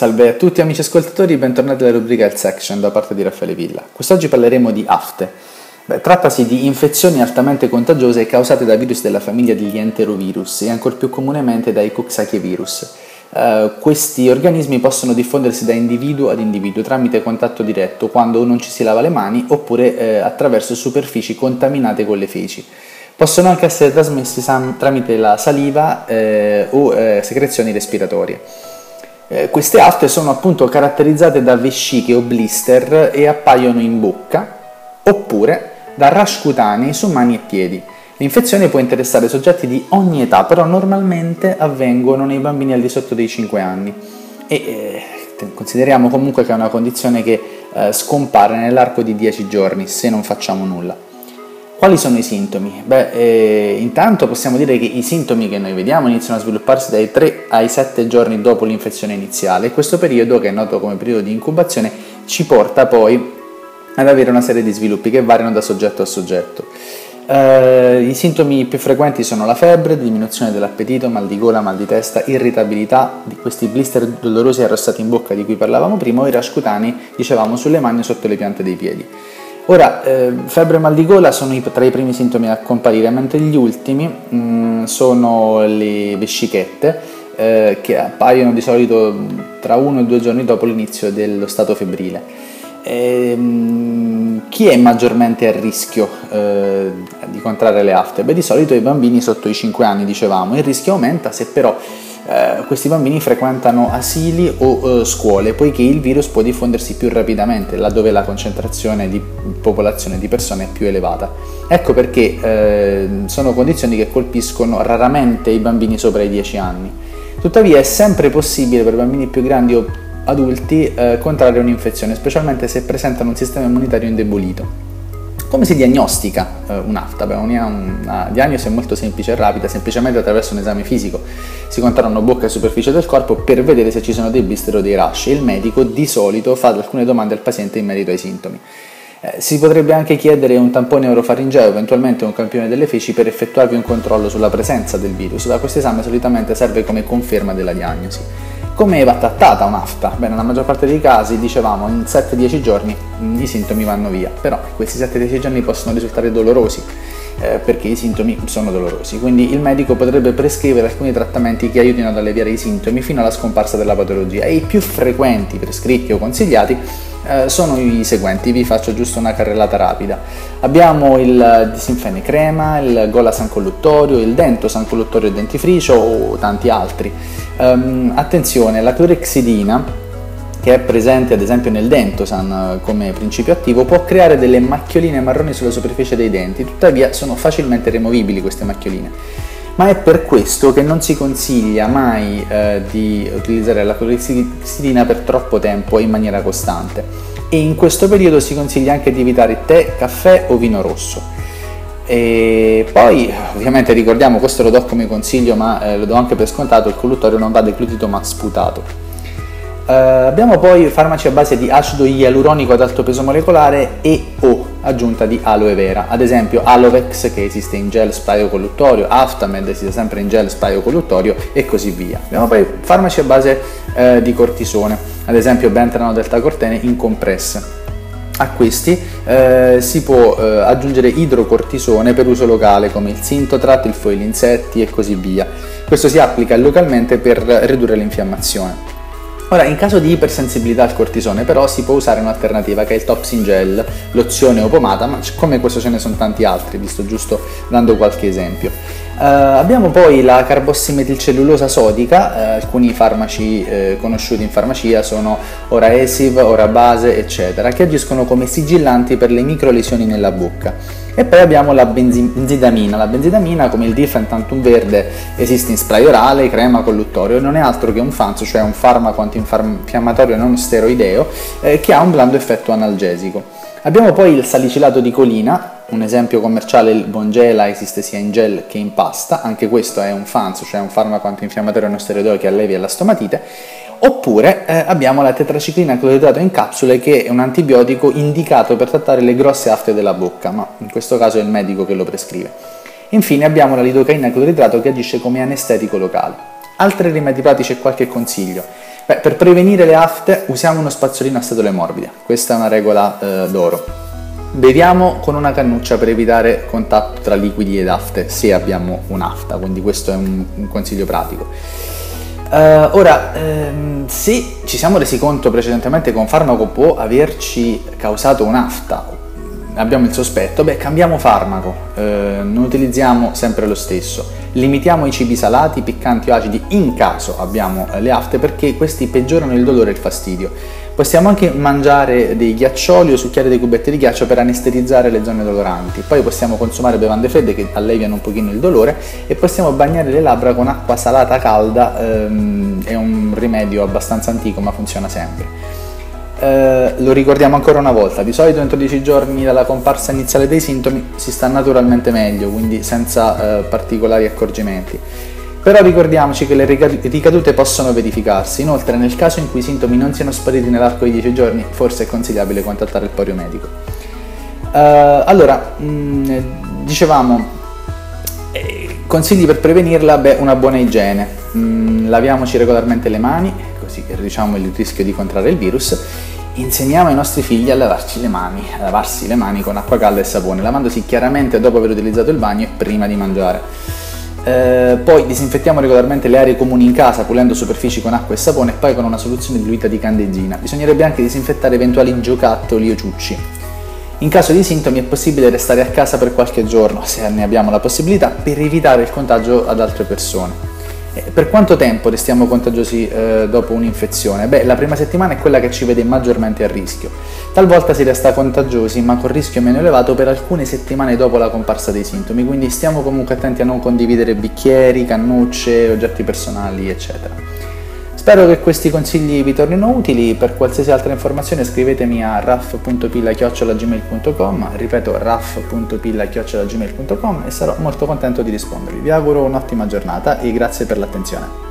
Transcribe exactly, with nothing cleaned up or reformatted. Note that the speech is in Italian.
Salve a tutti amici ascoltatori, bentornati alla rubrica Health Section da parte di Raffaele Villa. Quest'oggi parleremo di afte. Beh, trattasi di infezioni altamente contagiose causate da virus della famiglia degli enterovirus e ancor più comunemente dai coxsackie-virus. Uh, questi organismi possono diffondersi da individuo ad individuo tramite contatto diretto quando non ci si lava le mani oppure eh, attraverso superfici contaminate con le feci. Possono anche essere trasmessi sam- tramite la saliva eh, o eh, secrezioni respiratorie. Eh, queste afte sono appunto caratterizzate da vesciche o blister e appaiono in bocca oppure da rash cutanei su mani e piedi. L'infezione può interessare soggetti di ogni età, però normalmente avvengono nei bambini al di sotto dei cinque anni e eh, consideriamo comunque che è una condizione che eh, scompare nell'arco di dieci giorni se non facciamo nulla. Quali sono i sintomi? Beh, eh, intanto possiamo dire che i sintomi che noi vediamo iniziano a svilupparsi dai tre ai sette giorni dopo l'infezione iniziale e questo periodo, che è noto come periodo di incubazione, ci porta poi ad avere una serie di sviluppi che variano da soggetto a soggetto. Uh, I sintomi più frequenti sono la febbre, diminuzione dell'appetito, mal di gola, mal di testa, irritabilità, di questi blister dolorosi arrossati in bocca di cui parlavamo prima, o i rash cutanei, dicevamo, sulle mani o sotto le piante dei piedi. Ora, eh, febbre e mal di gola sono i, tra i primi sintomi a comparire, mentre gli ultimi mh, sono le vescichette, eh, che appaiono di solito tra uno e due giorni dopo l'inizio dello stato febbrile. Ehm, chi è maggiormente a rischio eh, di contrarre le afte? Beh, di solito i bambini sotto i cinque anni, dicevamo. Il rischio aumenta se però eh, questi bambini frequentano asili o eh, scuole, poiché il virus può diffondersi più rapidamente laddove la concentrazione di popolazione di persone è più elevata. Ecco perché eh, sono condizioni che colpiscono raramente i bambini sopra i dieci anni. Tuttavia è sempre possibile per bambini più grandi o adulti eh, contrarre un'infezione, specialmente se presentano un sistema immunitario indebolito. Come si diagnostica eh, un'afta? Beh, una, una diagnosi è molto semplice e rapida, semplicemente attraverso un esame fisico. Si controllano bocca e superficie del corpo per vedere se ci sono dei blister o dei rash e il medico di solito fa alcune domande al paziente in merito ai sintomi. Eh, si potrebbe anche chiedere un tampone orofaringeo, eventualmente un campione delle feci per effettuarvi un controllo sulla presenza del virus. Da questo esame solitamente serve come conferma della diagnosi. Come va trattata un'afta? Beh, nella maggior parte dei casi, dicevamo, in sette dieci giorni i sintomi vanno via, però questi sette dieci giorni possono risultare dolorosi eh, perché i sintomi sono dolorosi, quindi il medico potrebbe prescrivere alcuni trattamenti che aiutino ad alleviare i sintomi fino alla scomparsa della patologia e i più frequenti prescritti o consigliati eh, sono i seguenti, vi faccio giusto una carrellata rapida. Abbiamo il disinfene crema, il Golasan colluttorio, il Dentosan colluttorio e dentifricio o tanti altri. Um, attenzione, la clorexidina, che è presente ad esempio nel Dentosan come principio attivo, può creare delle macchioline marroni sulla superficie dei denti, tuttavia sono facilmente removibili queste macchioline. Ma è per questo che non si consiglia mai eh, di utilizzare la clorexidina per troppo tempo e in maniera costante. E in questo periodo si consiglia anche di evitare tè, caffè o vino rosso. E poi ovviamente ricordiamo, questo lo do come consiglio ma eh, lo do anche per scontato, il colluttorio non va declutito ma sputato. Uh, abbiamo poi farmaci a base di acido ialuronico ad alto peso molecolare e o aggiunta di aloe vera, ad esempio Alovex, che esiste in gel, spray o colluttorio, Aftamed esiste sempre in gel, spray o colluttorio e così via. Abbiamo poi farmaci a base uh, di cortisone, ad esempio Bentrano deltacortene in compresse. A questi eh, si può eh, aggiungere idrocortisone per uso locale come il Sintotrat, il foil insetti e così via. Questo si applica localmente per ridurre l'infiammazione. Ora, in caso di ipersensibilità al cortisone però si può usare un'alternativa che è il Topsin Gel, lozione o pomata, ma come questo ce ne sono tanti altri, vi sto giusto dando qualche esempio. Uh, abbiamo poi la carbossimetilcellulosa sodica, uh, alcuni farmaci uh, conosciuti in farmacia sono Oraesiv, Orabase eccetera, che agiscono come sigillanti per le microlesioni nella bocca. E poi abbiamo la benzi- benzidamina, la benzidamina come il Difentantum verde esiste in spray orale, crema, colluttorio, non è altro che un fanzo, cioè un farmaco antinfiammatorio non steroideo eh, che ha un blando effetto analgesico. Abbiamo poi il salicilato di colina, un esempio commerciale, il Bongela, esiste sia in gel che in pasta, anche questo è un fanzo, cioè un farmaco antinfiammatorio non steroideo che allevia la stomatite. Oppure eh, abbiamo la tetraciclina cloridrato in capsule, che è un antibiotico indicato per trattare le grosse afte della bocca, ma in questo caso è il medico che lo prescrive. Infine abbiamo la lidocaina cloridrato che agisce come anestetico locale. Altri rimedi pratici e qualche consiglio. Beh, per prevenire le afte usiamo uno spazzolino a setole morbide, questa è una regola eh, d'oro. Beviamo con una cannuccia per evitare contatto tra liquidi ed afte, se abbiamo un'afta, quindi questo è un, un consiglio pratico. Uh, ora, ehm, se ci siamo resi conto precedentemente che un farmaco può averci causato un'afta, abbiamo il sospetto, beh, cambiamo farmaco, eh, non utilizziamo sempre lo stesso, limitiamo i cibi salati, piccanti o acidi in caso abbiamo le afte, perché questi peggiorano il dolore e il fastidio. Possiamo anche mangiare dei ghiaccioli o succhiare dei cubetti di ghiaccio per anestetizzare le zone doloranti, poi possiamo consumare bevande fredde che alleviano un pochino il dolore e possiamo bagnare le labbra con acqua salata calda, ehm, è un rimedio abbastanza antico ma funziona sempre. Eh, lo ricordiamo ancora una volta, di solito entro dieci giorni dalla comparsa iniziale dei sintomi si sta naturalmente meglio, quindi senza eh, particolari accorgimenti. Però ricordiamoci che le ricadute possono verificarsi, inoltre nel caso in cui i sintomi non siano spariti nell'arco di dieci giorni, forse è consigliabile contattare il porio medico. Uh, allora, mh, dicevamo, eh, consigli per prevenirla, beh, una buona igiene, mh, laviamoci regolarmente le mani, così riduciamo il rischio di contrarre il virus. Insegniamo ai nostri figli a lavarci le mani, a lavarsi le mani con acqua calda e sapone, lavandosi chiaramente dopo aver utilizzato il bagno e prima di mangiare. Eh, poi disinfettiamo regolarmente le aree comuni in casa, pulendo superfici con acqua e sapone e poi con una soluzione diluita di candeggina. Bisognerebbe anche disinfettare eventuali giocattoli o ciucci. In caso di sintomi è possibile restare a casa per qualche giorno, se ne abbiamo la possibilità, per evitare il contagio ad altre persone. Eh, per quanto tempo restiamo contagiosi eh, dopo un'infezione? Beh, la prima settimana è quella che ci vede maggiormente a rischio. Talvolta si resta contagiosi, ma con rischio meno elevato per alcune settimane dopo la comparsa dei sintomi, quindi stiamo comunque attenti a non condividere bicchieri, cannucce, oggetti personali, eccetera. Spero che questi consigli vi tornino utili. Per qualsiasi altra informazione scrivetemi a raf punto pilla chiocciola gmail punto com, ripeto raf punto pilla chiocciola gmail punto com, e sarò molto contento di rispondervi. Vi auguro un'ottima giornata e grazie per l'attenzione.